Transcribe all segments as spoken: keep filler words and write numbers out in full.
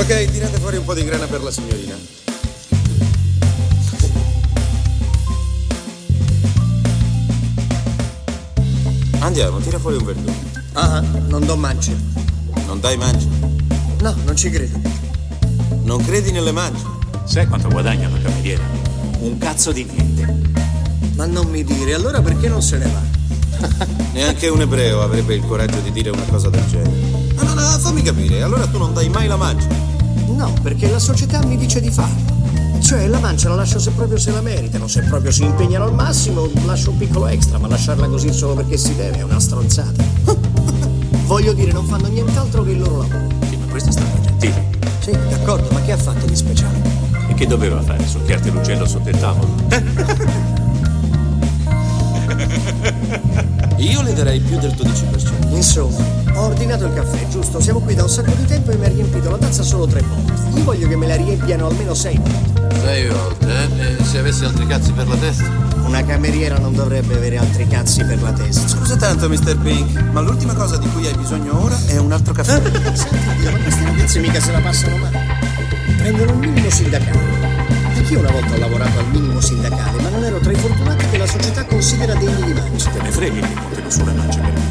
Ok, tirate fuori un po' di grana per la signorina. Andiamo, tira fuori un verdugo. Ah, non do mance. Non dai mance? No, non ci credo. Non credi nelle mance? Sai quanto guadagna la cameriera? Un cazzo di niente. Ma non mi dire, allora perché non se ne va? Neanche un ebreo avrebbe il coraggio di dire una cosa del genere. Ma no, no, fammi capire, allora tu non dai mai la mancia? No, perché la società mi dice di farlo. Cioè, la mancia la lascio se proprio se la meritano, se proprio si impegnano al massimo, lascio un piccolo extra, ma lasciarla così solo perché si deve è una stronzata. Voglio dire, non fanno nient'altro che il loro lavoro. Sì, ma questa è stata gentile. Sì, d'accordo, ma che ha fatto di speciale? E che doveva fare? Succhiarti l'uccello sotto il tavolo? Io le darei più del dodici per cento. Insomma, ho ordinato il caffè, giusto? Siamo qui da un sacco di tempo e mi ha riempito la tazza solo tre volte. Io voglio che me la riempiano almeno sei volte. Sei volte, eh? E se avessi altri cazzi per la testa? Una cameriera non dovrebbe avere altri cazzi per la testa. Scusa tanto, mister Pink, ma l'ultima cosa di cui hai bisogno ora è un altro caffè. Senti, Dio, ma questi ragazzi mica se la passano male. Prendono il minimo sindacale. Anch'io una volta ho lavorato al minimo sindacale, ma non ero tra i fortunati che la società considera degni di manci. Te ne freghi che montano sulle mance per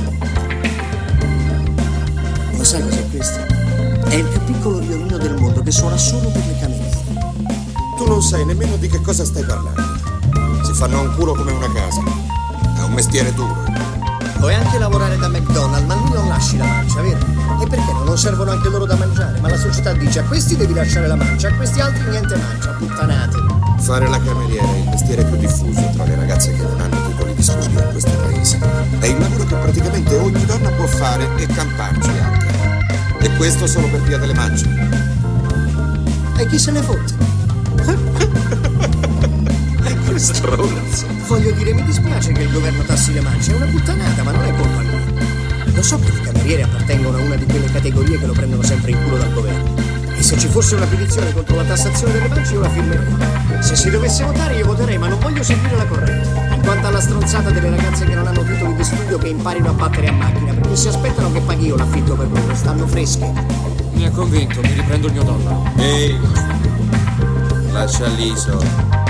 me. Lo sai cos'è questo? È il più piccolo violino del mondo che suona solo per le cameriere. Tu non sai nemmeno di che cosa stai parlando. Si fanno un culo come una casa. È un mestiere duro. Puoi anche lavorare da McDonald's, ma lui non lasci la mancia, vero? E perché no? Non servono anche loro da mangiare? Ma la società dice a questi devi lasciare la mancia, a questi altri niente mancia, puttanate. Fare la cameriera è il mestiere più diffuso tra le ragazze che non hanno titoli di studio in questo paese. È il lavoro che praticamente ogni donna può fare e camparci anche. E questo solo per via delle mance. E chi se ne fotte? Stronzo. Voglio dire, mi dispiace che il governo tassi le mance, è una puttanata, ma non è colpa mia. Lo so che le cameriere appartengono a una di quelle categorie che lo prendono sempre in culo dal governo. E se ci fosse una petizione contro la tassazione delle mance io la firmerei. Se si dovesse votare io voterei, ma non voglio seguire la corrente. In quanto alla stronzata delle ragazze che non hanno titoli di studio che imparino a battere a macchina, perché si aspettano che paghi io l'affitto per loro, stanno fresche. Mi ha convinto, mi riprendo il mio dollaro. Ehi, lascia lì, so.